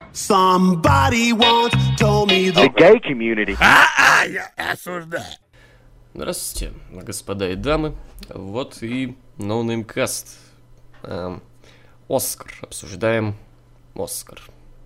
Somebody once told me the gay community. Я осуждаю. Здравствуйте, господа и дамы. Вот и No Name Cast. Оскар. Обсуждаем Оскар.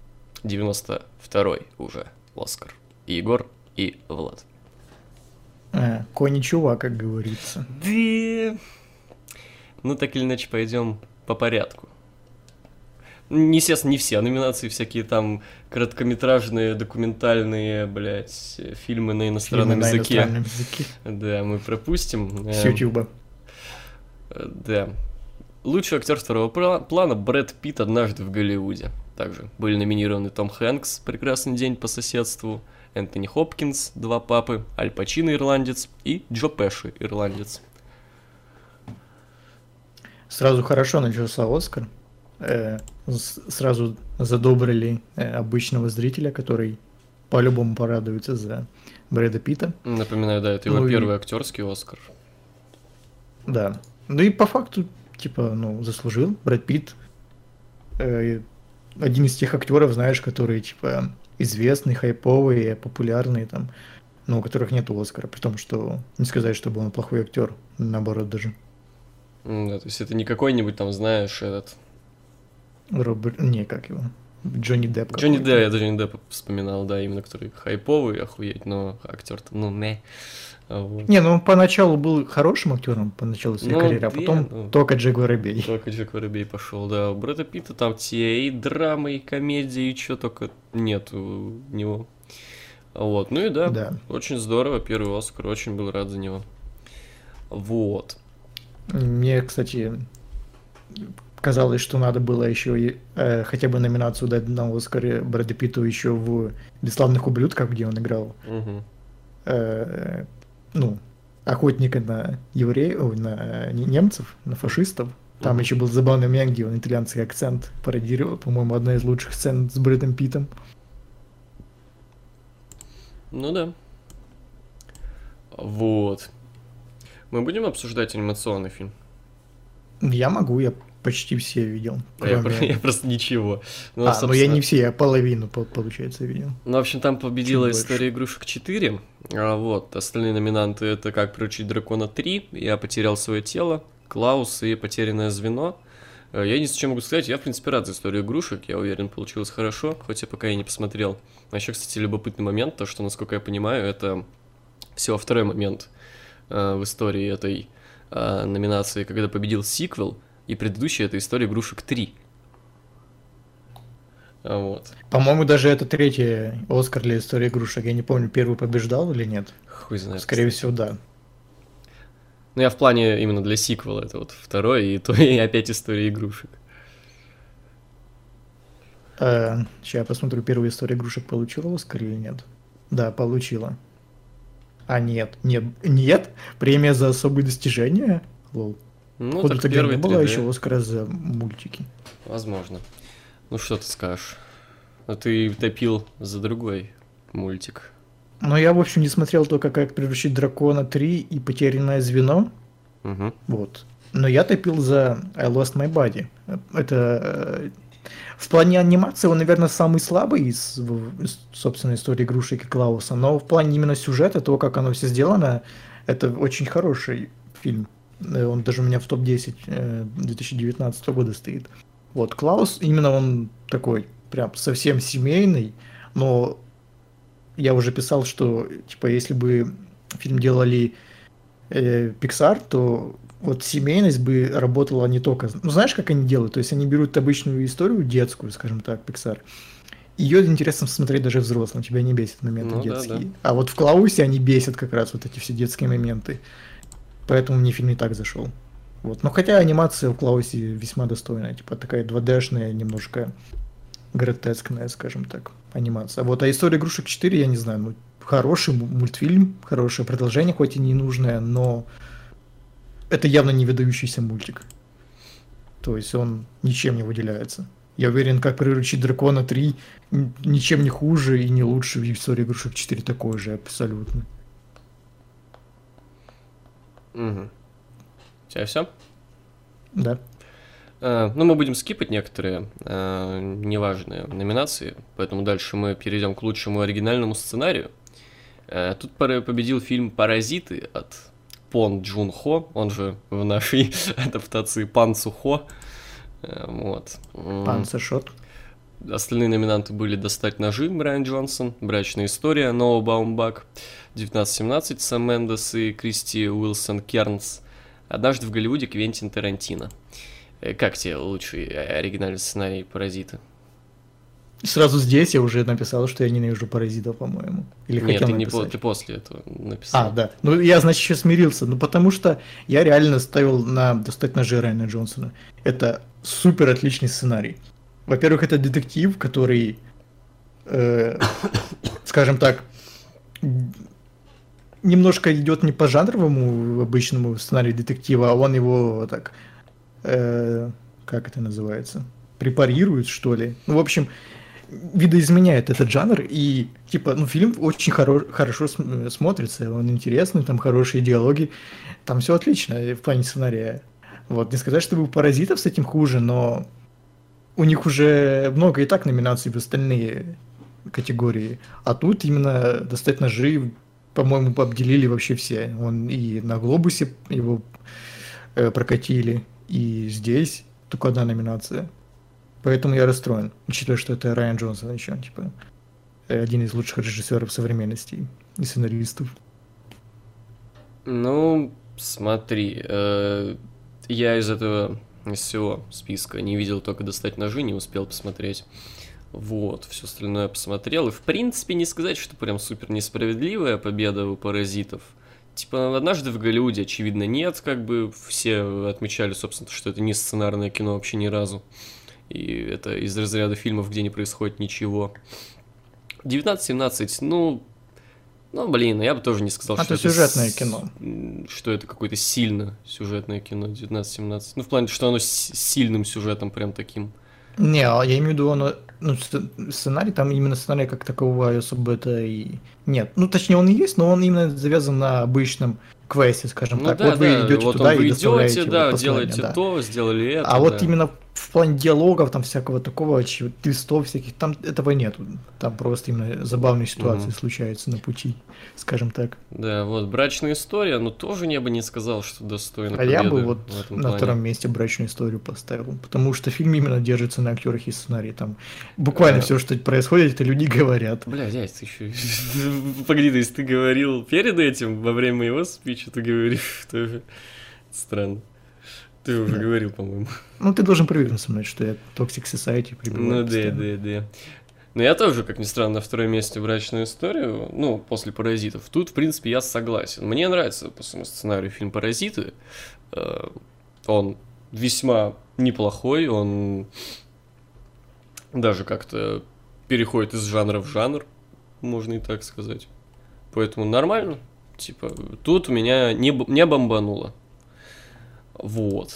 92-й уже Оскар. И Егор, и Влад. Коничува, как говорится. Да. Ну, так или иначе, пойдем по порядку. Естественно, не все номинации, всякие там короткометражные, документальные, блядь, фильмы на иностранном языке. Да, мы пропустим. С Ютуба. Да. Лучший актер второго плана Брэд Питт «Однажды в Голливуде». Также были номинированы Том Хэнкс «Прекрасный день по соседству», Энтони Хопкинс «Два папы», Аль Пачино «Ирландец» и Джо Пеши «Ирландец». Сразу хорошо начался Оскар. Сразу задобрили обычного зрителя, который по-любому порадуется за Брэда Питта. Напоминаю, да, это его первый актерский Оскар. Да. Ну и по факту, типа, заслужил Брэд Питт. Один из тех актеров, знаешь, которые, типа, известные, хайповые, популярные, там, но у которых нет Оскара, при том, что не сказать, чтобы он плохой актер, наоборот даже. Да, то есть это не какой-нибудь там, знаешь, этот... как его? Джонни Депп. Джонни Депп, я Джонни Деппа вспоминал, да, именно который хайповый, охуеть, но актер-то, Вот. Не, поначалу был хорошим актером, поначалу своей карьеры, а потом только Джек Воробей. Только Джек Воробей пошел, да. У Брэда Питта там те и драмы, и комедии, и что только нет у него. Вот, ну и да, очень здорово, первый Оскар, очень был рад за него. Вот. Мне, кстати, казалось, что надо было еще хотя бы номинацию дать на Оскаре Брэду Питту еще в «Бесславных ублюдках», где он играл охотника на евреев, на немцев, на фашистов. Там еще был забавный мем, где он итальянский акцент пародировал. По-моему, одна из лучших сцен с Брэдом Питтом. Ну да. Вот. Мы будем обсуждать анимационный фильм? Я могу, я почти все видел. Я просто ничего. Я не все, я половину, получается, видел. Ну, в общем, там победила «История игрушек 4». Вот, остальные номинанты — это «Как приручить дракона 3», «Я потерял свое тело», «Клаус» и «Потерянное звено». Я единственное, что могу сказать, я, в принципе, рад за «Историю игрушек», я уверен, получилось хорошо, хоть я пока и не посмотрел. А еще, кстати, любопытный момент, то, что, насколько я понимаю, это всего второй момент в истории этой номинации, когда победил сиквел, и предыдущая — это «История игрушек 3». Вот. По-моему, даже это третий Оскар для «Истории игрушек». Я не помню, первый побеждал или нет. Хуй знает. Скорее всего, да. Ну, я в плане именно для сиквела. Это вот второй, и то и опять «История игрушек». Сейчас я посмотрю, первая «История игрушек» получила Оскар или нет. Да, получила. Нет. Премия за особые достижения? Лол. Ну, походу, так тогда первый не было 3D. еще Оскара за мультики. Возможно. Ну, что ты скажешь? А ты топил за другой мультик. Но я, в общем, не смотрел только «Как приручить дракона 3» и «Потерянное звено». Угу. Вот. Но я топил за I Lost My Body. Это... В плане анимации он, наверное, самый слабый из собственно, «Истории игрушек» и «Клауса». Но в плане именно сюжета, того, как оно все сделано, это очень хороший фильм. Он даже у меня в топ-10 2019 года стоит. Вот, «Клаус», именно он такой, прям совсем семейный, но я уже писал, что, типа, если бы фильм делали Pixar, то вот семейность бы работала не только... Ну, знаешь, как они делают? То есть они берут обычную историю, детскую, скажем так, Pixar, ее интересно смотреть даже взрослым, тебя не бесит моменты детские. Да. А вот в «Клаусе» они бесят как раз вот эти все детские моменты. Поэтому мне фильм не так зашел. Вот. Но хотя анимация в «Клаусе» весьма достойная, типа такая 2D-шная, немножко гротескная, скажем так, анимация. Вот, а «История игрушек 4», я не знаю, хороший мультфильм, хорошее продолжение, хоть и не нужное, но это явно не выдающийся мультик. То есть он ничем не выделяется. Я уверен, «Как приручить дракона 3» ничем не хуже и не лучше в «Истории игрушек 4» такой же абсолютно. Угу. У тебя все? Да. Ну, мы будем скипать некоторые неважные номинации, поэтому дальше мы перейдем к лучшему оригинальному сценарию. Тут победил фильм «Паразиты» от Пон Джун Хо, он же в нашей адаптации Пан Цу Хо. Вот. Пан Сашот. Остальные номинанты были «Достать ножи» Брайан Джонсон, «Брачная история» Ноа Баумбак, 1917 Сэм Мендес и Кристи Уилсон Кернс, «Однажды в Голливуде» Квентин Тарантино. Как тебе лучший оригинальный сценарий «Паразиты»? Сразу здесь я уже написал, что я ненавижу «Паразитов», по-моему. Или Нет, хотел ты, написать. ты после этого написал. Да. Ну, я, значит, еще смирился. Ну, потому что я реально ставил на «Достать ножи» Райана Джонсона. Это супер отличный сценарий. Во-первых, это детектив, который, скажем так, немножко идет не по жанровому обычному сценарию детектива, а он его так, как это называется, препарирует, что ли. Ну, в общем, видоизменяет этот жанр, и, типа, ну, фильм очень хорошо смотрится, он интересный, там хорошие диалоги, там все отлично в плане сценария. Вот, не сказать, что у «Паразитов» с этим хуже, но у них уже много и так номинаций в остальные категории, а тут именно «Достать ножи», по-моему, обделили вообще все. Он и на «Глобусе» его прокатили, и здесь только одна номинация. Поэтому я расстроен, учитывая, что это Райан Джонсон еще, типа, один из лучших режиссеров современности и сценаристов. Ну, смотри, я из всего списка не видел только «Достать ножи», не успел посмотреть. Вот, все остальное посмотрел. И, в принципе, не сказать, что прям супер несправедливая победа у «Паразитов». Типа, «Однажды в Голливуде», очевидно, нет, как бы все отмечали, собственно, что это не сценарное кино вообще ни разу. И это из разряда фильмов, где не происходит ничего. 1917, ну, блин, я бы тоже не сказал, что это сюжетное кино. Что это какое-то сильно сюжетное кино, 1917. Ну, в плане, что оно с сильным сюжетом прям таким. Не, я имею в виду, оно, ну, сценарий, там именно сценария как такового особо это и нет. Ну, точнее, он и есть, но он именно завязан на обычном квесте, скажем так. Да, вот вы идете вот туда вы и доставляете идете, да, послание, делаете да. то, сделали это. А вот именно в плане диалогов, там всякого такого, твистов всяких, там этого нет. Там просто именно забавные ситуации случаются на пути, скажем так. Да, вот «Брачная история», но тоже я бы не сказал, что достойна победы. Я бы вот в этом на плане. втором месте «Брачную историю» поставил, потому что фильм именно держится на актерах и сценарии. Там буквально все, что происходит, это люди говорят. Бля, дядь, ты еще... Погоди, то есть ты говорил перед этим, во время моего спича, ты говоришь, что... Странно. Ты уже говорил, по-моему. Ну, ты должен проверить со мной, что я Toxic Society прибываю. Ну, да. Но я тоже, как ни странно, на втором месте «Брачную историю», ну, после «Паразитов». Тут, в принципе, я согласен. Мне нравится по своему сценарию фильм «Паразиты». Он весьма неплохой, он даже как-то переходит из жанра в жанр, можно и так сказать. Поэтому нормально. Типа, тут меня не бомбануло. Вот.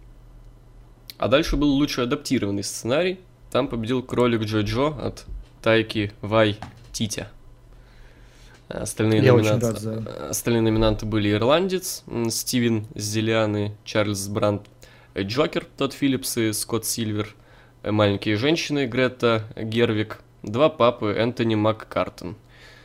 А дальше был лучший адаптированный сценарий. Там победил «Кролик Джо-Джо» от Тайки Вайтити. Остальные номинанты были «Ирландец», Стивен Зеляны, Чарльз Брандт, «Джокер», Тодд Филлипс и Скотт Сильвер, «Маленькие женщины», Грета Гервиг, «Два папы», Энтони Маккартон.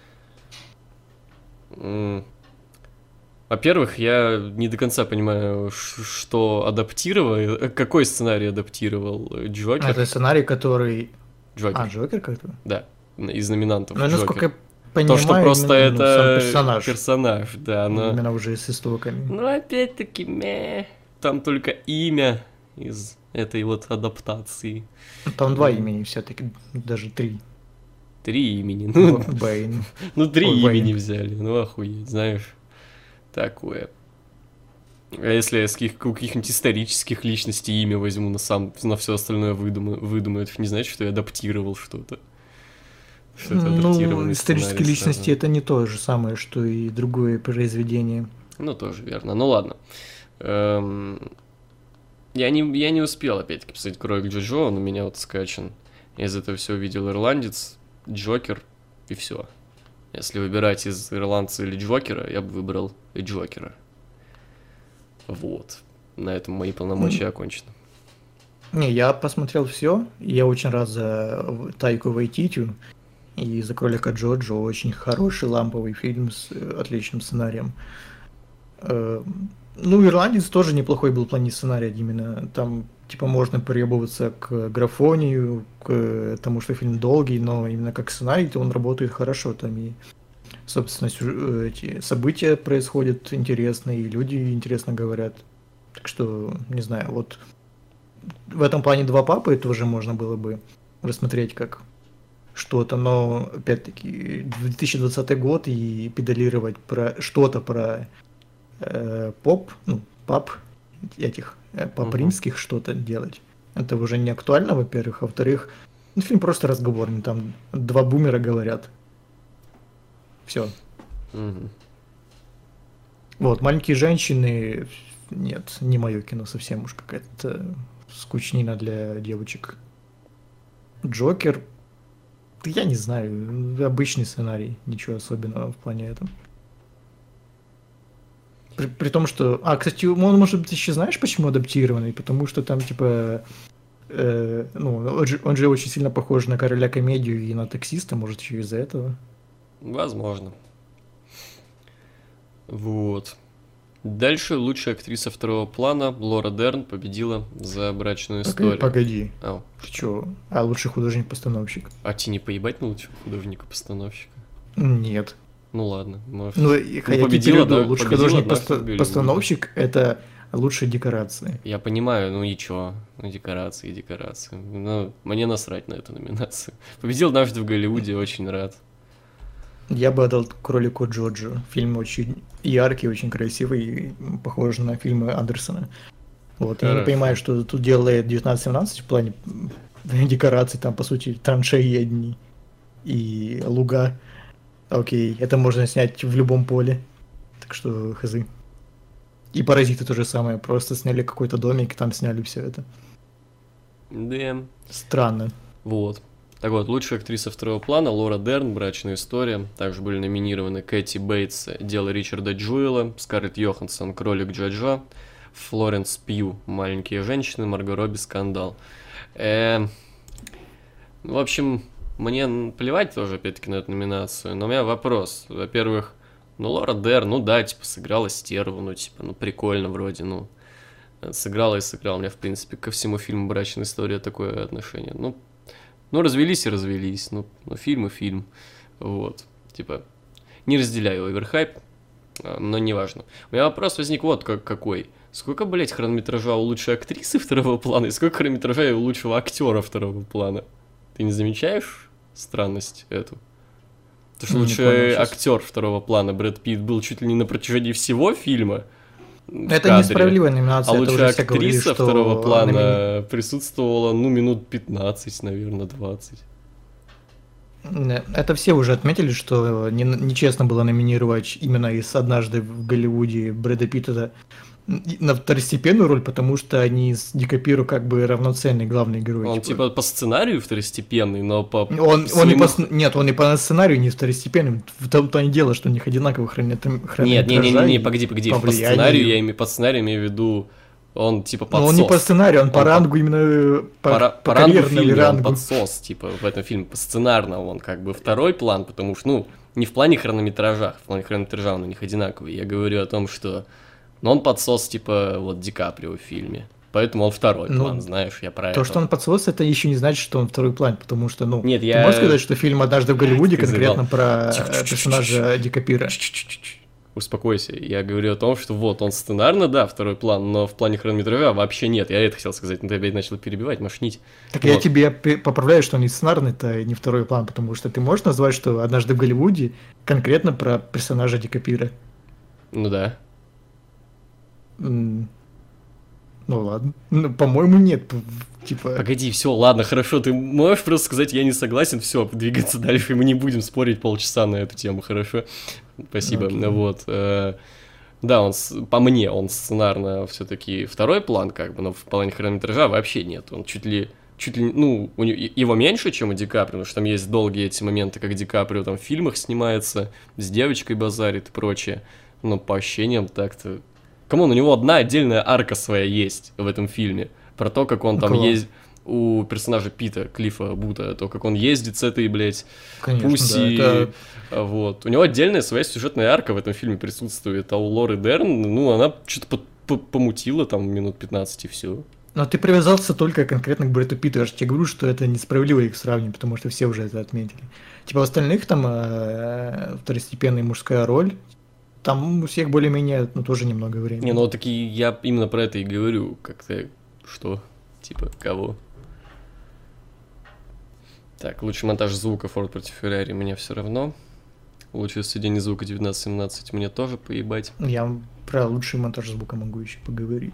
Во-первых, я не до конца понимаю, что адаптировал, какой сценарий адаптировал Джокер. Это сценарий, который... Джокер. Джокер как-то? Да, из номинантов. Ну, насколько я То, понимаю, что просто именно, это персонаж, да. Но... Именно уже с истоками. Ну, опять-таки, там только имя из этой вот адаптации. Там два имени все-таки, даже три. 3 имени. Бэйн. Ну, 3 имени взяли, ну, охуеть, знаешь. Такое. А если я с каких-нибудь исторических личностей имя возьму, на все остальное выдумаю, это не значит, что я адаптировал что-то. Что это адаптированный исторические личности это не то же самое, что и другое произведение. Ну, тоже верно. Ну, ладно. Я не успел, опять-таки, писать «Кролик Джо-Джо», он у меня вот скачан. Я из этого все увидел «Ирландец», «Джокер» и все. Если выбирать из «Ирландца» или «Джокера», я бы выбрал «Джокера». Вот. На этом мои полномочия окончены. Не, я посмотрел все. Я очень рад за Тайку Вайтитю и за Кролика Джоджо. Очень хороший ламповый фильм с отличным сценарием. Э, Ну, «Ирландец» тоже неплохой был в плане сценария. Именно там, типа, можно приебываться к графонию, к тому, что фильм долгий, но именно как сценарий, то он работает хорошо. Там и, собственно, эти события происходят интересные, и люди интересно говорят. Так что, не знаю, вот в этом плане «Два папы» тоже можно было бы рассмотреть как что-то, но, опять-таки, 2020 год и педалировать про что-то про поп, ну, пап, этих пап римских что-то делать. Это уже не актуально, во-первых, а во-вторых, ну, фильм просто разговорный, там два бумера говорят. Все. Мгм. Вот, «Маленькие женщины», нет, не мое кино, совсем уж какая-то скучнина для девочек. «Джокер», да я не знаю, обычный сценарий, ничего особенного в плане этом. При том, что... А, кстати, он, может быть, еще знаешь, почему адаптированный? Потому что там, типа... ну, он же очень сильно похож на «Короля комедию» и на «Таксиста», может, еще из-за этого. Возможно. Вот. Дальше лучшая актриса второго плана Лора Дерн победила за «Брачную историю». Погоди. Ау. Ты чё? А лучший художник-постановщик? А тебе не поебать на лучшего художника-постановщика? Нет. Ну ладно, может. Ну, Ну, я тебе победила, говорю, да, лучший победила, да, в Голливуде. художник-постановщик — это лучшие декорации. Я понимаю, ну и чё? Ну, декорации, декорации. Ну, мне насрать на эту номинацию. Победил «Однажды в Голливуде», очень рад. Я бы отдал «Кролику Джоджо». Фильм очень яркий, очень красивый, и похож на фильмы Андерсона. Вот, я не Хорошо. понимаю, что тут делает 1917 в плане декораций, там, по сути, траншеи одни и луга. Окей, это можно снять в любом поле. Так что, хз. И «Паразиты» то же самое, просто сняли какой-то домик, и там сняли все это. Да. Странно. Вот. Так вот, лучшая актриса второго плана Лора Дерн, «Брачная история». Также были номинированы Кэти Бейтс, «Дело Ричарда Джуэла», Скарлетт Йоханссон, «Кролик Джоджо», Флоренс Пью, «Маленькие женщины», Марго Робби, «Скандал». В общем, мне плевать тоже, опять-таки, на эту номинацию, но у меня вопрос. Во-первых, ну, Лора Дерн, ну да, типа, сыграла стерву, ну, типа, ну, прикольно вроде, ну, сыграла и сыграла. У меня, в принципе, ко всему фильму «Брачная история» такое отношение. Ну, развелись и развелись, ну, фильм и фильм, вот, типа, не разделяю оверхайп, но неважно. У меня вопрос возник вот какой. Сколько, блять, хронометража у лучшей актрисы второго плана и сколько хронометража у лучшего актера второго плана? Ты не замечаешь странность эту? То, что Не лучший понял щас. актер второго плана Брэд Питт был чуть ли не на протяжении всего фильма в Это кадре, несправедливая а номинация, это лучшая уже все говорили, актриса что второго плана присутствовала, ну, минут 15, наверное, 20. Это все уже отметили, что нечестно было номинировать именно из «Однажды в Голливуде» Брэда Питта на второстепенную роль, потому что они с Ди Каприо как бы равноценный главный герой. Он типа по сценарию второстепенный, но по Он и своему... Нет, он и по сценарию не второстепенный. В том-то и дело, что у них одинаковый хронометража. Нет, не, погоди. по По сценарию по сценарию имею в виду, он типа Но подсос. он не по сценарию, он по Он рангу именно по по рангу карьерному фильма он рангу. подсос, типа, в этом фильме. По сценарно он как бы второй план, потому что, ну, не в плане хронометража, в плане хронометража он у них одинаковый. Я говорю о том, что... Но он подсос, типа, вот Ди Каприо в фильме. Поэтому он второй Ну, план, знаешь, я про То, это. что он подсос, это еще не значит, что он второй план, потому что, ну, Нет, ты я- можешь сказать, что фильм «Однажды в Голливуде» Ты конкретно заебал. про Тихо-тихо-тихо-тихо. персонажа Ди Каприо. Успокойся, я говорю о том, что вот он сценарно, да, второй план, но в плане хронометража вообще нет. Я это хотел сказать, но ты опять начал перебивать, мошнить. Так я Вот. тебе поправляю, что не сценарный, это не второй план, потому что ты можешь назвать, что «Однажды в Голливуде» конкретно про персонажа Ди Каприо. Ну да. Ну ладно. Ну, по-моему, нет. Типа... Погоди, все, ладно, хорошо, ты можешь просто сказать, я не согласен, все, двигаться дальше, и мы не будем спорить полчаса на эту тему, хорошо? Спасибо. Окей. Вот. Да, по мне, он сценарно все-таки второй план, как бы, но в плане хронометража вообще нет. Он чуть ли, ну, его меньше, чем у Ди Каприо, потому что там есть долгие эти моменты, как Ди Каприо там в фильмах снимается, с девочкой базарит и прочее. Но по ощущениям так-то... Камон, у него одна отдельная арка своя есть в этом фильме. Про то, как он У там кого? ездит... У персонажа Пита, Клиффа Бута, то, как он ездит с этой, блядь, Конечно, Пусси. да. Это... Вот. У него отдельная своя сюжетная арка в этом фильме присутствует, а у Лоры Дерн, ну, она что-то помутила там минут 15 и все. Но ты привязался только конкретно к Брэду Питту. Я же тебе говорю, что это несправедливо их сравнивать, потому что все уже это отметили. Типа у остальных там второстепенная мужская роль, там у всех более-менее, ну, тоже немного времени. Не, ну, таки я именно про это и говорю, как-то, что, типа, кого? Так, лучший монтаж звука Ford против Ferrari мне все равно. Лучшее сведение звука 1917 мне тоже поебать. Я про лучший монтаж звука могу еще поговорить.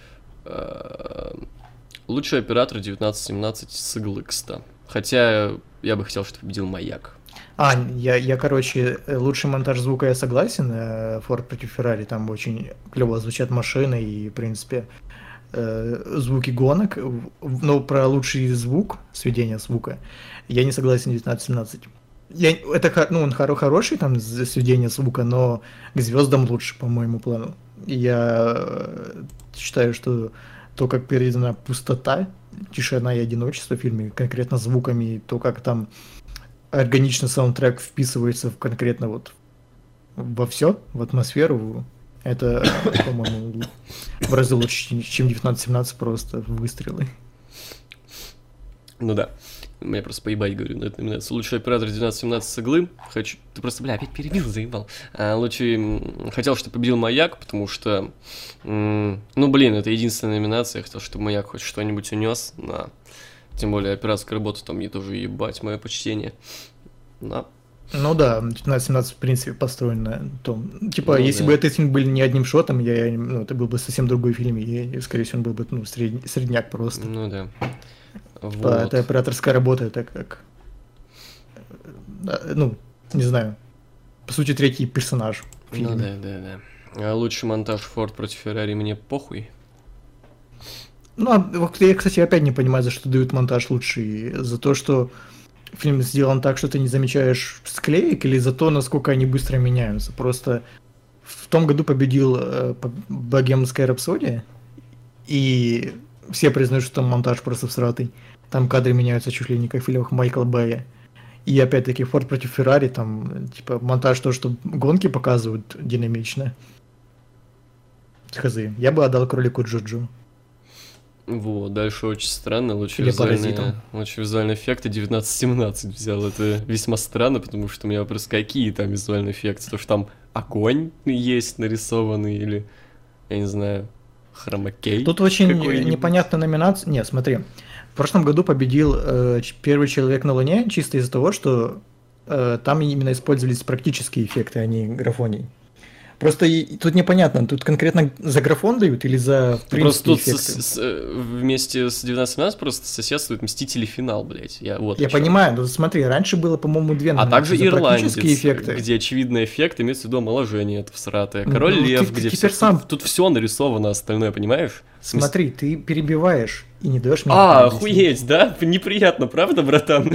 Лучший оператор 1917 с X-то. Хотя я бы хотел, чтобы победил Маяк. Короче, лучший монтаж звука я согласен. Ford против Ferrari, там очень клево звучат машины и, в принципе, звуки гонок. Но про лучший звук, сведение звука, я не согласен 1917. Он хороший, там, сведение звука, но к звездам лучше, по моему плану. Я считаю, что то, как передана пустота, тишина и одиночество в фильме, конкретно звуками, то, как там органично саундтрек вписывается конкретно вот во все, в атмосферу, это, по-моему, в разы лучше, чем 1917, просто выстрелы. Ну да. Меня просто поебать, говорю, на этой номинации. Лучший оператор 1917 с Иглы. Хочу... Ты просто, бля, опять перебил, заебал. Хотел, чтобы победил Маяк, потому что... Ну, блин, это единственная номинация. Я хотел, чтобы Маяк хоть что-нибудь унес. Тем более операторская работа там мне тоже ебать, мое почтение. Да. Ну да, 1917, в принципе, построен на том. Типа, Ну, если да. бы этот фильм был не одним шотом, это был бы совсем другой фильм, и, скорее всего, он был бы средняк просто. Ну да. Вот. Это операторская работа, это как... Ну, не знаю. По сути, третий персонаж в фильме. Ну да. А лучший монтаж Ford против Феррари мне похуй. Вот я, кстати, опять не понимаю, за что дают монтаж лучший. За то, что фильм сделан так, что ты не замечаешь склеек, или за то, насколько они быстро меняются. Просто в том году победил «Богемская рапсодия», и все признают, что там монтаж просто всратый. Там кадры меняются чуть ли не как в фильмах Майкла Бэя. И опять-таки «Форд против Феррари», там типа монтаж то, что гонки показывают динамично. Хз. Я бы отдал кролику Джоджо. Вот, дальше очень странно. Лучшие Или «Паразитам». визуальные эффекты 1917 взял. Это весьма странно, потому что у меня вопрос, какие там визуальные эффекты? То, что там огонь есть нарисованный, или, я не знаю, хромакей. Тут очень какой-нибудь. непонятная номинация. Нет, смотри. В прошлом году победил «Первый человек на Луне» чисто из-за того, что там именно использовались практические эффекты, а не графоний. Просто тут непонятно, тут конкретно за графон дают или за, в Просто принципе, тут эффекты? вместе с 1917 просто соседствует «Мстители. Финал», блядь. Я понимаю, но смотри, раньше было, по-моему, две А также за «Ирландец», практические эффекты. где очевидный эффект имеется в виду омоложение, это всратое. «Король Ну, Лев», ты где теперь все, сам- тут все нарисовано остальное, понимаешь? Смотри, ты перебиваешь и не даешь мне... Охуеть, да? Неприятно, правда, братан?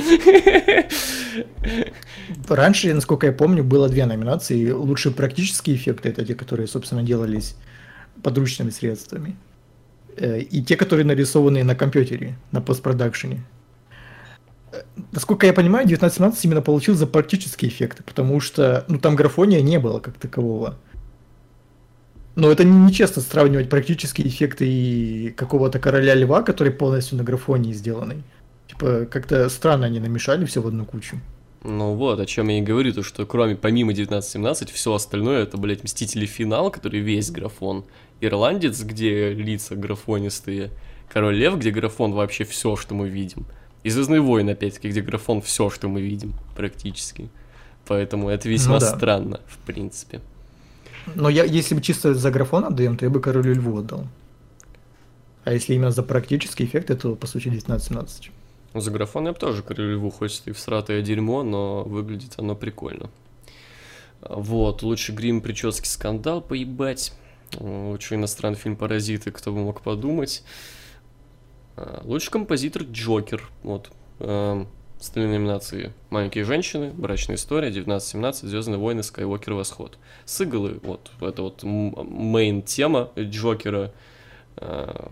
Раньше, насколько я помню, было две номинации. Лучшие практические эффекты, это те, которые, собственно, делались подручными средствами. И те, которые нарисованы на компьютере, на постпродакшене. Насколько я понимаю, 1917 именно получил за практические эффекты, потому что там графония не было как такового. Но это нечестно сравнивать практические эффекты и какого-то короля льва, который полностью на графонии сделанный. Типа, как-то странно они намешали все в одну кучу. Ну вот, о чем я и говорю, то что помимо 1917, все остальное это, блядь, «Мстители. Финал», который весь графон, «Ирландец», где лица графонистые, «Король Лев», где графон вообще все, что мы видим, и «Звездные войны», опять-таки, где графон все, что мы видим, практически. Поэтому это весьма странно, в принципе. Но если бы чисто за графон отдаем, то я бы «Королю Льву» отдал. А если именно за практические эффекты, то, по сути, 1917. За графон я бы тоже «Королю Льву», хоть и всратое дерьмо, но выглядит оно прикольно. Вот, лучший грим, прически, скандал, поебать. Лучший иностранный фильм «Паразиты», кто бы мог подумать. Лучший композитор Джокер. Вот. Остальные номинации: «Маленькие женщины», «Брачная история», 1917, «Звездные войны», «Скайуокер. Восход». С Иглы, вот, это вот мейн тема Джокера.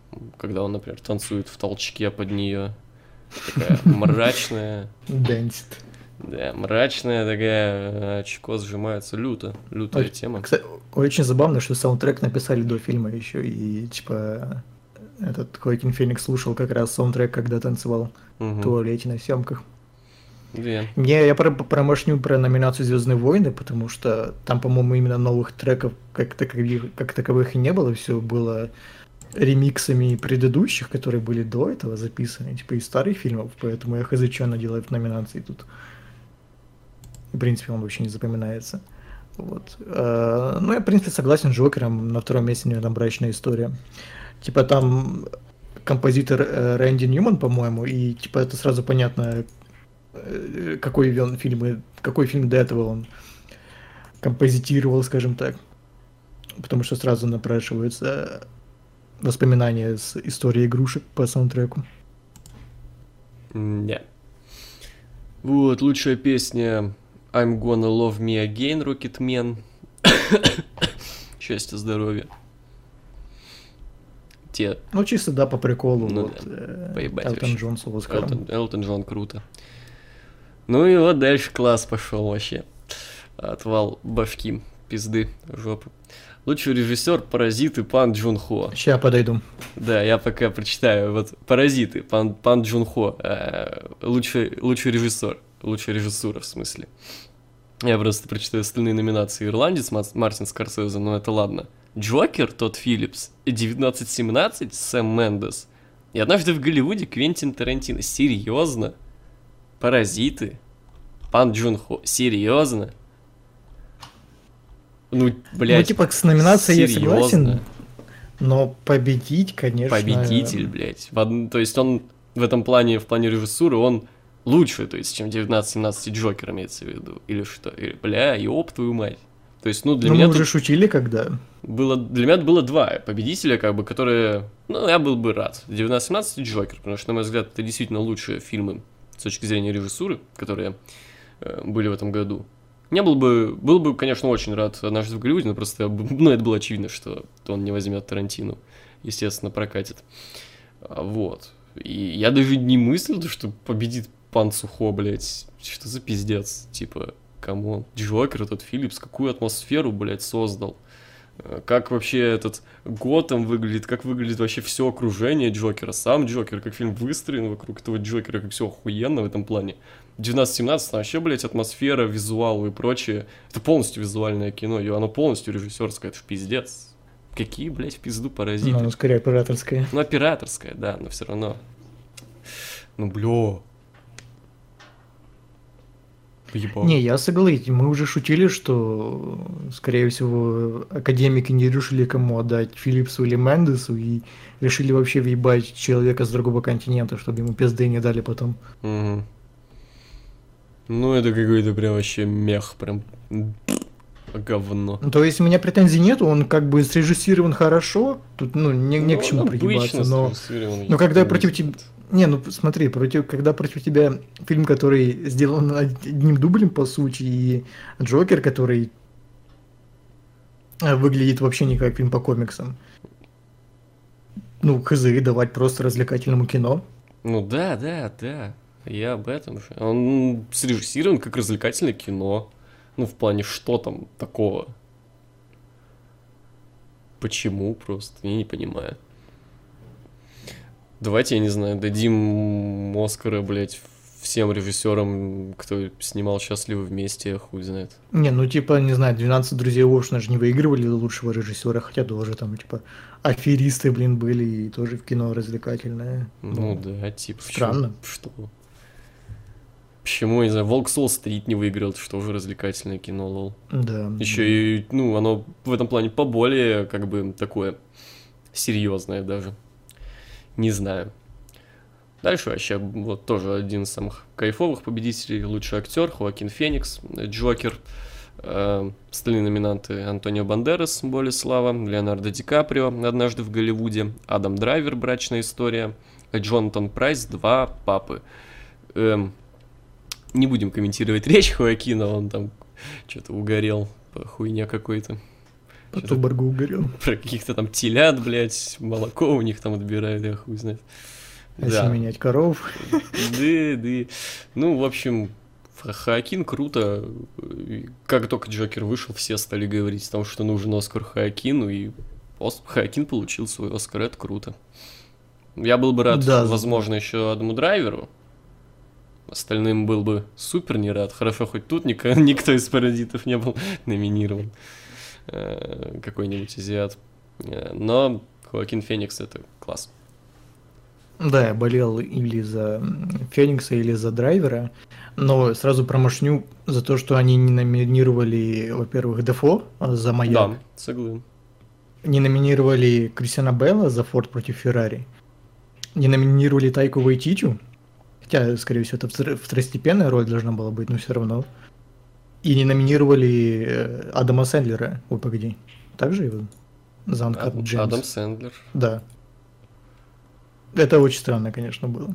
когда он, например, танцует в толчке под нее. Такая мрачная. Дэнсит. Да, мрачная такая, очко сжимается, лютая тема. Кстати, очень забавно, что саундтрек написали до фильма еще, и типа этот Хоакин Феникс слушал как раз саундтрек, когда танцевал в туалете на съемках. Да. Я промашню про номинацию «Звездные войны», потому что там, по-моему, именно новых треков как таковых и не было, все было ремиксами предыдущих, которые были до этого записаны, типа из старых фильмов, поэтому я хз, что она делает в номинации тут. В принципе, он вообще не запоминается. Вот. Ну, я, в принципе, согласен с Джокером, на втором месте, наверное, «Брачная история». Типа там композитор Рэнди Ньюман, по-моему, и типа это сразу понятно, какой фильм до этого он композитировал, скажем так. Потому что сразу напрашиваются воспоминания с истории игрушек по саундтреку. Да. Вот, лучшая песня I'm Gonna Love Me Again, Rocketman. Счастья, здоровья. Ну, чисто, да, по приколу. Ну, вот, да. Поебать Элтон вообще. Джон с Оскаром. Элтон Джон, круто. Ну и вот дальше класс пошел вообще. Отвал башки, пизды, жопы. Лучший режиссер «Паразиты» Пан Джун Хо. Сейчас подойду. Да, я пока прочитаю. Вот «Паразиты» Пан Джун Хо. Лучший режиссер. Лучшая режиссура, в смысле. Я просто прочитаю остальные номинации. «Ирландец» Мартин Скорсезе, ну это ладно. «Джокер» Тодд Филлипс. 1917 Сэм Мендес. И «Однажды в Голливуде» Квентин Тарантино. Серьезно? «Паразиты» Пан Джун Хо. Серьезно? Ну, блядь. Ну, типа, с номинацией я серьезно? согласен, но победить, конечно... Победитель, блядь. То есть он в этом плане, в плане режиссуры, он лучше, то есть, чем 1917 Джокер, имеется в виду. Или что? Бля, ёб твою мать. То есть, ну, для меня мы уже шутили, когда... Для меня было два победителя, как бы, которые... Ну, я был бы рад. 1917 Джокер, потому что, на мой взгляд, это действительно лучшие фильмы с точки зрения режиссуры, которые были в этом году. Был бы, конечно, очень рад «Однажды в Голливуде», но просто, это было очевидно, что он не возьмет Тарантино, естественно, прокатит. Вот. И я даже не мыслил, что победит Пан Сухо, блядь. Что за пиздец? Типа, кому? Джокер, этот Филлипс, какую атмосферу, блядь, создал. Как вообще этот Готэм выглядит, как выглядит вообще все окружение Джокера, сам Джокер, как фильм выстроен вокруг этого Джокера, как все охуенно в этом плане. 1917 вообще, блядь, атмосфера, визуал и прочее. Это полностью визуальное кино, и оно полностью режиссерское, это ж пиздец. Какие, блядь, в пизду «Паразиты». Ну, скорее операторское. Ну, операторское, да, но все равно. Ну, бля. Ебал. Не, я согласен. Мы уже шутили, что, скорее всего, академики не решили, кому отдать, Филлипсу или Мендесу, и решили вообще въебать человека с другого континента, чтобы ему пизды не дали потом. Угу. Ну, это какой-то прям вообще мех, прям говно. То есть у меня претензий нету, он как бы срежиссирован хорошо, тут, не к чему пригибаться, но когда против тебя... Не, ну смотри, когда против тебя фильм, который сделан одним дублем, по сути, и Джокер, который выглядит вообще не как фильм по комиксам. Ну, хз, давать просто развлекательному кино. Ну да, я об этом же. Он срежиссирован как развлекательное кино. Ну, в плане, что там такого? Почему просто? Я не понимаю. Давайте, я не знаю, дадим Оскара, блядь, всем режиссерам, кто снимал «Счастливы вместе», хуй знает. Не, ну типа, не знаю, 12 друзей Оушена же не выигрывали лучшего режиссера, хотя тоже там, типа, аферисты, были, и тоже в кино развлекательное. Ну да, типа. Странно. Что? Почему, не знаю, «Волк с Уолл-стрит» не выиграл, это что уже развлекательное кино, лол. Да. Еще и, оно в этом плане поболее, как бы, такое серьезное даже. Не знаю. Дальше вообще вот тоже один из самых кайфовых победителей. Лучший актер Хоакин Феникс, Джокер. Остальные номинанты: Антонио Бандерас, «Боль и слава», Леонардо Ди Каприо, «Однажды в Голливуде», Адам Драйвер, «Брачная история», Джонатан Прайс, «Два папы». Не будем комментировать речь Хоакина, он там что-то угорел по хуйне какой-то. По Туборгу угорел. Про каких-то там телят, блядь, молоко у них там отбирают, я хуй знает. Осеменять коров. Да. Ну, в общем, Хоакин круто. Как только Джокер вышел, все стали говорить о том, что нужен Оскар Хоакину, и Хоакин получил свой Оскар, это круто. Я был бы рад, Да. возможно, еще Адаму Драйверу. Остальным был бы супер не рад. Хорошо, хоть тут никто из паразитов не был номинирован. Какой-нибудь азиат. Но Хоакин Феникс — это класс. Да, я болел или за Феникса, или за Драйвера, но сразу промашню за то, что они не номинировали, во-первых, Дефо за «Маяк», Да, согласен. не номинировали Кристиана Бэйла за «Форд против Феррари», не номинировали Тайку Вайтитю, хотя, скорее всего, это второстепенная роль должна была быть, но все равно, и не номинировали Адама Сэндлера. Ой, погоди, также его? За Uncut Gems. Адам Сэндлер. Да. Это очень странно, конечно, было.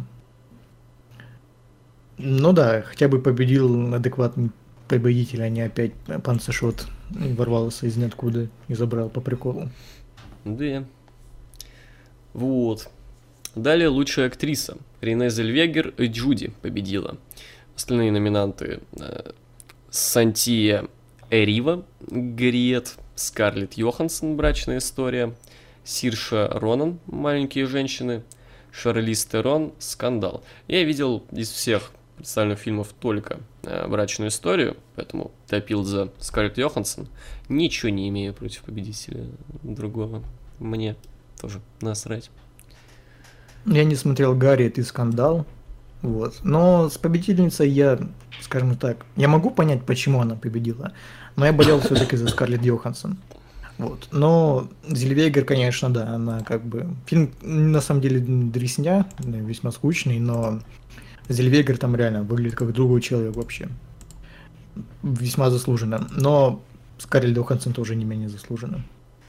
Ну да, хотя бы победил адекватный победитель, а не опять Панцешот ворвался из ниоткуда и забрал по приколу. Да. Вот. Далее лучшая актриса. Рене Зельвегер и Джуди победила. Остальные номинанты: Сантия Эрива, Гарриет, Скарлетт Йоханссон, «Брачная история», Сирша Ронан, «Маленькие женщины», Шарлиз Терон, «Скандал». Я видел из всех представленных фильмов только «Брачную историю», поэтому топил за Скарлетт Йоханссон. Ничего не имею против победителя другого. Мне тоже насрать. Я не смотрел «Гарриет» и «Скандал», вот. Но с победительницей я, скажем так, я могу понять, почему она победила, но я болел все-таки за Скарлетт Йоханссон. Вот. Но Зельвегер, конечно, да, она как бы... Фильм, на самом деле, дресня, весьма скучный, но Зельвегер там реально выглядит как другой человек вообще. Весьма заслуженно. Но Скарлетт Йоханссон тоже не менее заслуженно.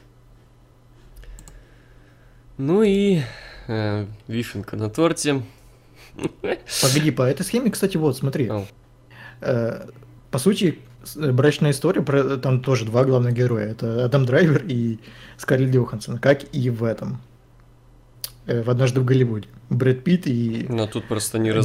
Ну и вишенка на торте. Погоди, по этой схеме, кстати, вот, смотри. По сути, «Брачная история», там тоже два главных героя. Это Адам Драйвер и Скарлетт Йоханссон, как и в этом. В «Однажды в Голливуде». Брэд Питт и... Но тут просто не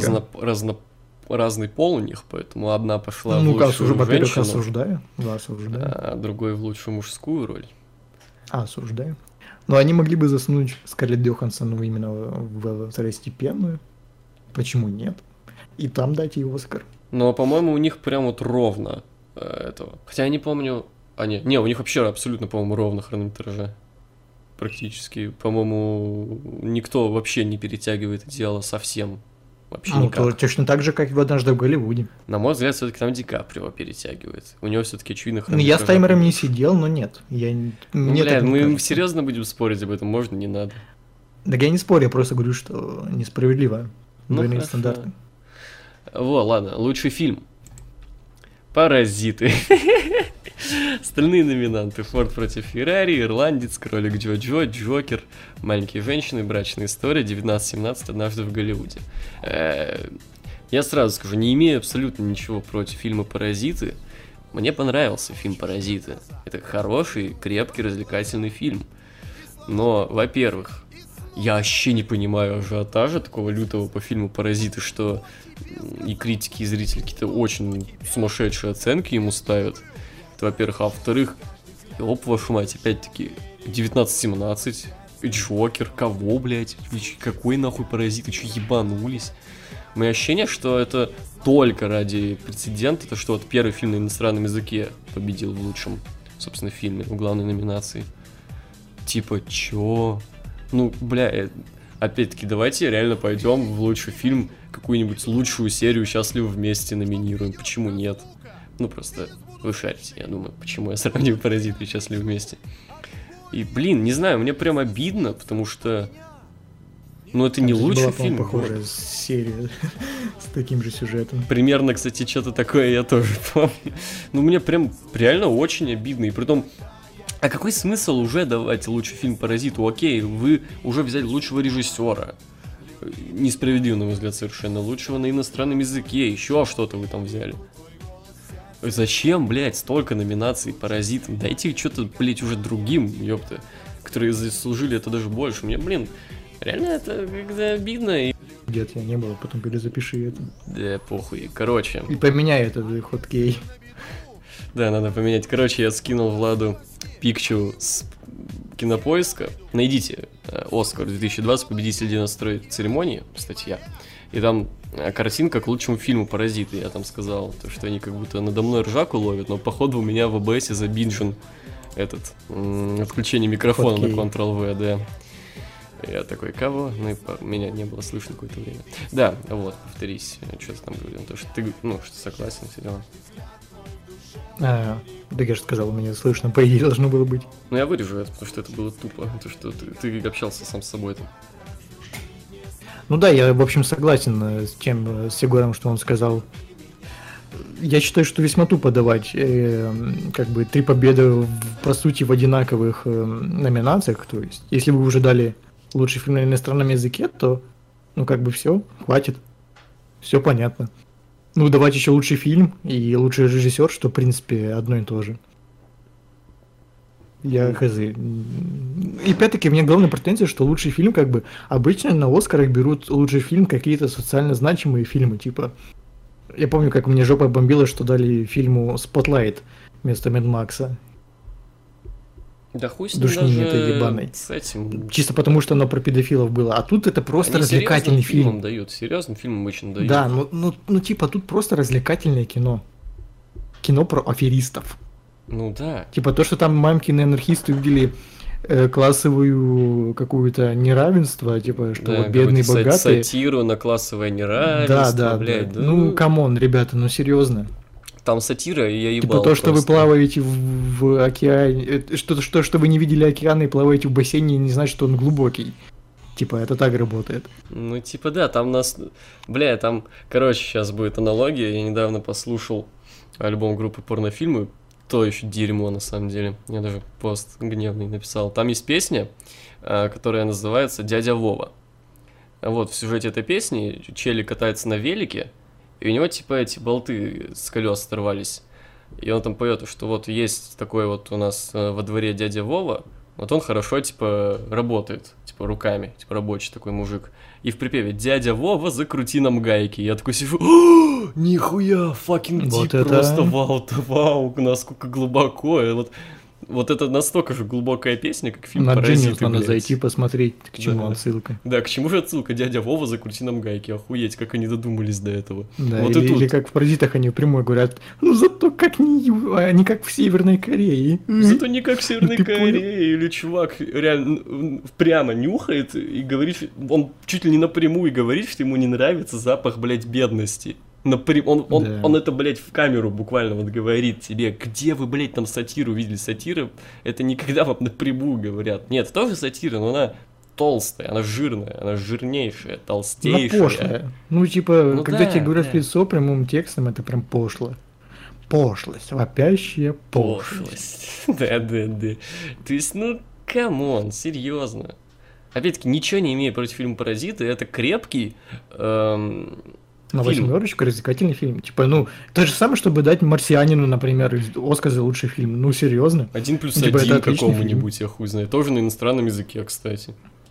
разный пол у них, поэтому одна пошла в лучшую во-первых, женщину, осуждаю, а другой в лучшую мужскую роль. Осуждаю. Но они могли бы засунуть Скарлетт Йоханссон именно в второстепенную. Почему нет? И там дать ей Оскар. Но, по-моему, у них прям вот ровно этого. Хотя я не помню... Не, у них вообще абсолютно, по-моему, ровно хронометража. Практически. По-моему, никто вообще не перетягивает идеала совсем. Вообще никак. Точно так же, как и в «Однажды в Голливуде». На мой взгляд, все-таки там Ди Каприо перетягивает. У него все-таки очевидно хронометража. Я с таймером не сидел, но нет. Мы серьезно будем спорить об этом? Можно, не надо. Так я не спорю, я просто говорю, что несправедливо. Двойные хорошо. стандарты. Ладно, лучший фильм. «Паразиты». Остальные номинанты: «Форд против Феррари», «Ирландец», «Кролик Джо-Джо», «Джокер», «Маленькие женщины», «Брачная история», «1917», «Однажды в Голливуде». Я сразу скажу, не имею абсолютно ничего против фильма «Паразиты». Мне понравился фильм «Паразиты». Это хороший, крепкий, развлекательный фильм. Но, во-первых, я вообще не понимаю ажиотажа такого лютого по фильму «Паразиты», что и критики, и зрители какие-то очень сумасшедшие оценки ему ставят. Это, во-первых. А во-вторых, оп, вашу мать, опять-таки, 1917, Джокер, кого, блядь? Какой нахуй «Паразит»? Вы что, ебанулись? У меня ощущение, что это только ради прецедента, то что вот первый фильм на иностранном языке победил в лучшем, собственно, фильме, в главной номинации. Типа, чё? Ну, бля, опять-таки, давайте реально пойдем в лучший фильм, какую-нибудь лучшую серию «Счастливы вместе» номинируем. Почему нет? Ну, просто вы шарите, я думаю, почему я сравниваю «Паразиты» и «Счастливы вместе». И, блин, не знаю, мне прям обидно, потому что... Ну, это не лучший фильм. Похожая серия с таким же сюжетом. Примерно, кстати, что-то такое я тоже помню. Ну, мне прям реально очень обидно. И притом, а какой смысл уже давать лучший фильм «Паразиту»? Окей, вы уже взяли лучшего режиссера. Несправедливо, на мой взгляд, совершенно. Лучшего на иностранном языке. Еще что-то вы там взяли. Зачем, блядь, столько номинаций паразитам? Дайте что-то, блядь, уже другим, ёпта, которые заслужили это даже больше. Мне, блин, реально это когда обидно. Где-то я не было, потом перезапиши это. Да, похуй. Короче. И поменяй этот хоткей. Да, надо поменять. Короче, я скинул Владу пикчу с Кинопоиска. Найдите Оскар 2020, победитель 92-й церемонии, статья. И там картинка к лучшему фильму «Паразиты». Я там сказал, то, что они как будто надо мной ржаку ловят, но походу у меня в ОБСе забинжен этот отключение микрофона на Ctrl-V, да. Я такой, кого? Ну и меня не было слышно какое-то время. Да, вот, повторись, что ты там говорил, то, что ты, ну, что согласен, все дела. Да я же сказал, меня слышно, по идее, должно было быть. Ну я вырежу это, потому что это было тупо, то, что ты общался сам с собой там. Ну да, я, в общем, согласен с Егором, что он сказал. Я считаю, что весьма тупо давать как бы 3 победы, по сути, в одинаковых номинациях. То есть, если вы уже дали лучший фильм на иностранном языке, то, ну, как бы все, хватит. Все понятно. Ну, давать еще лучший фильм и лучший режиссер, что, в принципе, одно и то же. Я хз. И опять-таки, мне главная претензия, что лучший фильм, как бы, обычно на Оскарах берут лучший фильм какие-то социально значимые фильмы, типа... Я помню, как мне жопа бомбила, что дали фильму Spotlight вместо Мэд Макса. Да хуй с ним Душнины даже этой ебаной. с этим. Чисто потому, что оно про педофилов было. А тут это просто Они развлекательный фильм. Дают, серьезным фильмом обычно дают. Да, ну типа тут просто развлекательное кино. Кино про аферистов. Ну да. Типа то, что там мамкины анархисты увидели классовую какую-то неравенство, типа, что Да, вот бедные богатые. Сатиру на классовое неравенство, Да, блядь. да. Ну, камон, ребята, ну серьезно. Там сатира, и я ебал. Типа то, что вы плаваете в океане, что вы не видели океана и плаваете в бассейне, не значит, что он глубокий. Типа, это так работает. Ну, типа, да, там нас... Бля, там, короче, сейчас будет аналогия. Я недавно послушал альбом группы «Порнофильмы». То еще дерьмо, на самом деле. Я даже пост гневный написал. Там есть песня, которая называется «Дядя Вова». Вот, в сюжете этой песни челик катается на велике, и у него, типа, эти болты с колес оторвались. И он там поет, что вот есть такой вот у нас во дворе дядя Вова, вот он хорошо, типа, работает, типа, руками, типа, рабочий такой мужик. И в припеве «Дядя Вова, закрути нам гайки». Я такой сижу, нихуя, факинг вот дип, это... просто вау, насколько глубоко. И вот это настолько же глубокая песня, как фильм На «Паразиты», Genius надо блядь. зайти посмотреть, к чему отсылка. Да, к чему же отсылка? Дядя Вова, закрути нам гайки. Охуеть, как они додумались до этого. Да, вот или как в «Паразитах» они впрямую говорят, ну зато как не как в Северной Корее. Зато не как в Северной Ты понял? Корее. Или чувак реально прямо нюхает и говорит, он чуть ли не напрямую говорит, что ему не нравится запах, блядь, бедности. Он это, блядь, в камеру буквально вот говорит тебе, где вы, блядь, там сатиру видели? Сатира, это никогда вам напрямую говорят. Нет, тоже сатира, но она толстая, она жирная, она жирнейшая, толстейшая. Она пошлая. Ну, типа, Ну когда да, тебе говорят да. в лицо прямым текстом, это прям пошло. Пошлость, вопящая пошлость. Да. То есть, ну, камон, серьезно. Опять-таки, ничего не имея против фильма «Паразиты», это крепкий... На фильм. 8 развлекательный фильм. Типа, ну, то же самое, чтобы дать «Марсианину», например, Оскар за лучший фильм. Ну, серьезно. 1+1 Типа, это отличный какому-нибудь, я хуй знаю. Тоже на иностранном языке, кстати.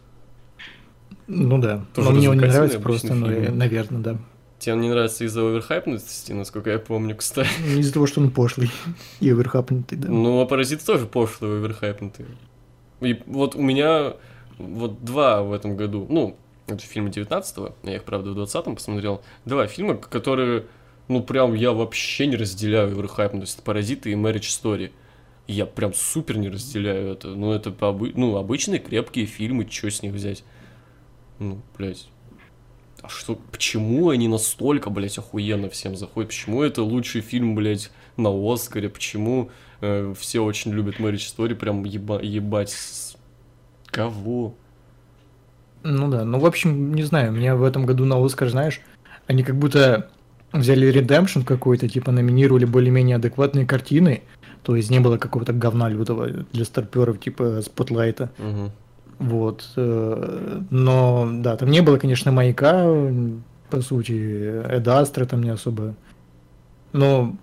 Ну да. Тоже Но мне он не развлекательный нравится обычный просто, ну, фильм. Наверное, да. Тебе он не нравится из-за оверхайпности, насколько я помню, кстати. Не из-за того, что он пошлый и оверхапнутый, да. Ну, а «Паразиты» тоже пошлые оверхайпнутые. И вот у меня вот 2 в этом году, ну, это фильмы 19-го, я их, правда, в 20-м посмотрел, 2 фильма, которые, ну, прям я вообще не разделяю оверхайпнутость. Это «Паразиты» и «Marriage Story». Я прям супер не разделяю это. Ну, это обычные крепкие фильмы, что с них взять? Ну, блядь. А что, почему они настолько, блядь, охуенно всем заходят? Почему это лучший фильм, блядь, на Оскаре? Почему все очень любят Marriage Story? Прям ебать. Кого? Ну да, ну в общем, не знаю, мне в этом году на Оскар, знаешь, они как будто взяли Redemption какой-то, типа номинировали более-менее адекватные картины, то есть не было какого-то говна лютого для старперов, типа Спотлайта. Угу. Вот. Но да, там не было, конечно, Маяка, по сути, Эд Астра там не особо. Но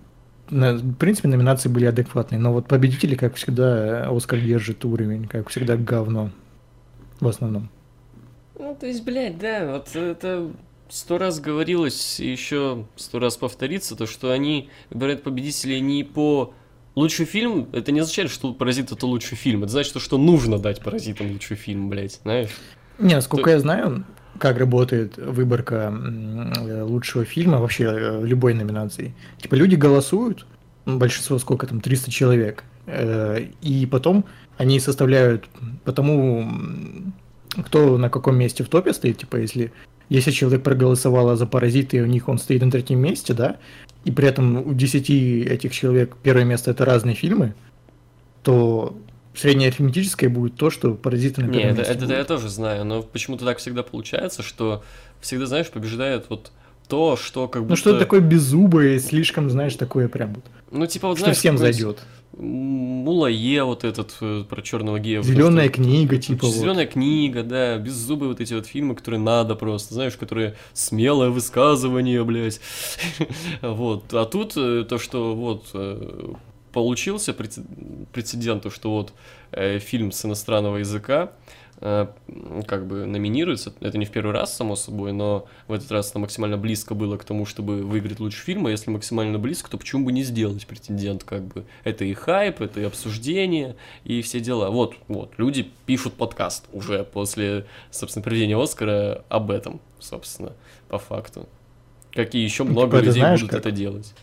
в принципе, номинации были адекватные, но вот победители, как всегда, Оскар держит уровень, как всегда, говно. В основном. Ну, то есть, блядь, да, вот это 100 раз говорилось, и еще 100 раз повторится, то, что они выбирают победителей не по лучший фильм, это не означает, что «Паразит» — это лучший фильм, это значит, что нужно дать «Паразитам» лучший фильм, блядь, знаешь? Не, насколько я знаю, как работает выборка лучшего фильма, вообще любой номинации. Типа люди голосуют, большинство сколько там, 300 человек, и потом они составляют по тому, кто на каком месте в топе стоит, типа если человек проголосовал за «Паразиты», и у них он стоит на третьем месте, да, и при этом у 10 этих человек первое место это разные фильмы, то среднее арифметическое будет то, что «Паразиты» на первом месте это я тоже знаю, но почему-то так всегда получается, что всегда, знаешь, побеждает вот то, что как будто... Ну что-то такое беззубое, слишком, знаешь, такое прям вот. Ну типа вот Что знаешь, всем зайдет. Мулае вот этот про черного гея. Зеленая книга, типа вот. Зеленая книга, да, беззубые вот эти вот фильмы, которые надо просто, знаешь, которые смелое высказывание, блядь. Вот. А тут то, что вот получился прецедент, то, что вот фильм с иностранного языка как бы номинируется. Это не в первый раз, само собой, но в этот раз это максимально близко было к тому, чтобы выиграть лучший фильм, а если максимально близко, то почему бы не сделать претендент, как бы. Это и хайп, это и обсуждение, и все дела. Вот, люди пишут подкаст уже после, собственно, проведения Оскара об этом, собственно, по факту. Какие еще много людей знаешь, будут это делать.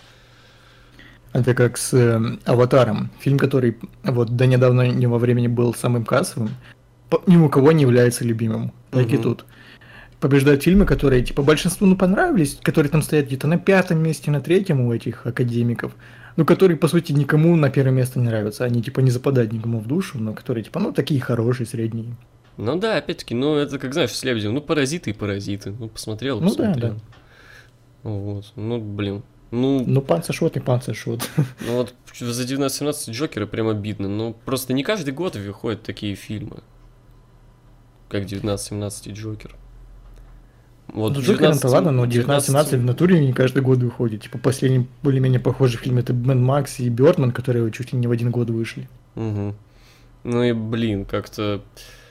Это как с «Аватаром». Фильм, который вот до недавнего времени был самым кассовым, ни у кого не является любимым. Так и тут. Побеждают фильмы, которые, типа, большинству понравились, которые там стоят где-то на 5-м месте, на 3-м у этих академиков, но которые, по сути, никому на первое место не нравятся. Они, типа, не западают никому в душу, но которые, типа, такие хорошие, средние. Ну да, опять-таки, это как, знаешь, с Лебедевым, «Паразиты» и «Паразиты». посмотрел. Да. Вот, блин. панцершот и панцершот. Ну вот за 19-17 Джокера прям обидно. Просто не каждый год выходят такие фильмы, как 19-17 и Джокер. Вот Джокер-то ладно, но 19-17 в натуре не каждый год выходит. Типа последний более-менее похожий фильм это Мэд Макс и Бёрдман, которые чуть ли не в один год вышли. Угу. Ну и блин, как-то...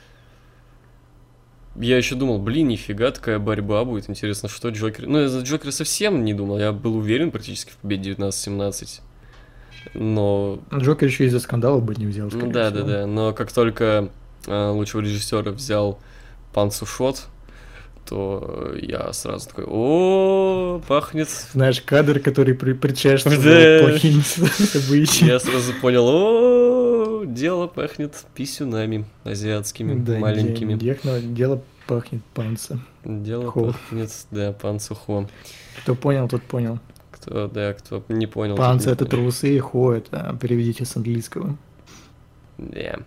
Я еще думал, нифига, такая борьба будет. Интересно, что Джокер... я за Джокера совсем не думал. Я был уверен практически в победе 19-17. Но... Джокер еще из-за скандала бы не взял. Да. Но как только лучшего режиссера взял Пан Сушот, то я сразу такой, пахнет... Знаешь, кадр, который предшествовал плохим событиям. Я сразу понял, дело пахнет писюнами азиатскими, маленькими. Дело пахнет панцем. Дело пахнет, пан Сухо. Кто понял, тот понял. Кто не понял. Панцы это трусы, хо это переведите с английского. Да.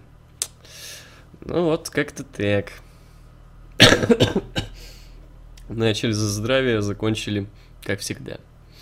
Как-то так. Начали за здравие, закончили, как всегда.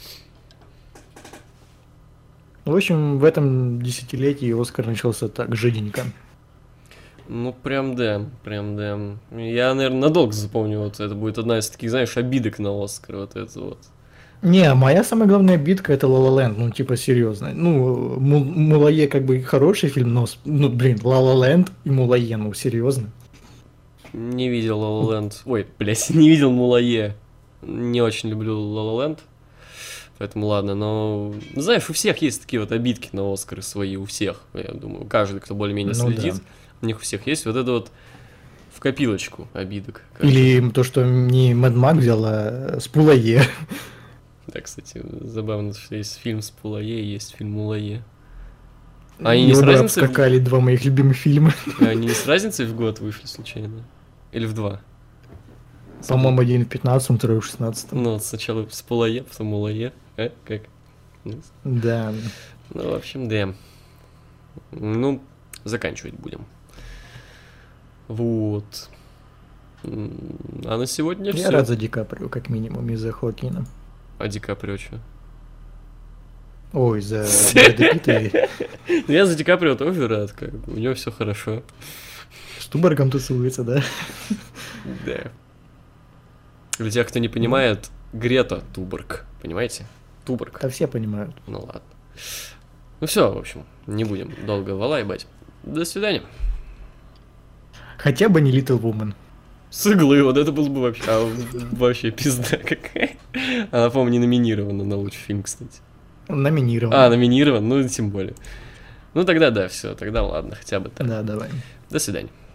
В общем, в этом десятилетии Оскар начался так жиденько. Прям да. Я, наверное, надолго запомню, это будет одна из таких, знаешь, обидок на Оскар, вот это вот. Не, моя самая главная битка это La La Land, серьезно. Мулае как бы хороший фильм, но, La La Land и Мулае, серьезно. Не видел La La Land. Ой, не видел Мулае. Не очень люблю La La Land. Поэтому ладно, но... знаешь, у всех есть такие вот обидки на Оскары свои, у всех. Я думаю, каждый, кто более-менее следит, у них у всех есть вот это вот в копилочку обидок. Или то, что не Мэд Макс взял, а с Пулае. Да, кстати, забавно, что есть фильм с Пулае, есть фильм Мулае. Они не с разницей... скакали два моих любимых фильма. Они не с разницей в год вышли случайно? Или в 2? По-моему, один в 15-м, второй в 16-м. Сначала с Пулае, потом Мулае. Как? Да. В общем, да. Заканчивать будем. Вот. А на сегодня все. Я рад за Ди Каприо, как минимум, и за Хоакина. А Ди Каприо что? Ой, за Брэда Питта. Я за Ди Каприо тоже рад, у него все хорошо. С Туборгом тусуется, да? Да. Для тех, кто не понимает, Грета Туборг, понимаете? Туборг. Да все понимают. Ладно. Ну все, в общем, не будем долго валайбать. До свидания. Хотя бы не Little Woman. С иглы, вот это было бы вообще пизда какая. Она, по-моему, не номинирована на лучший фильм, кстати. Номинирован. Номинирован, ну тем более. Ну тогда да, все, тогда ладно, хотя бы так. Да, давай. До свидания.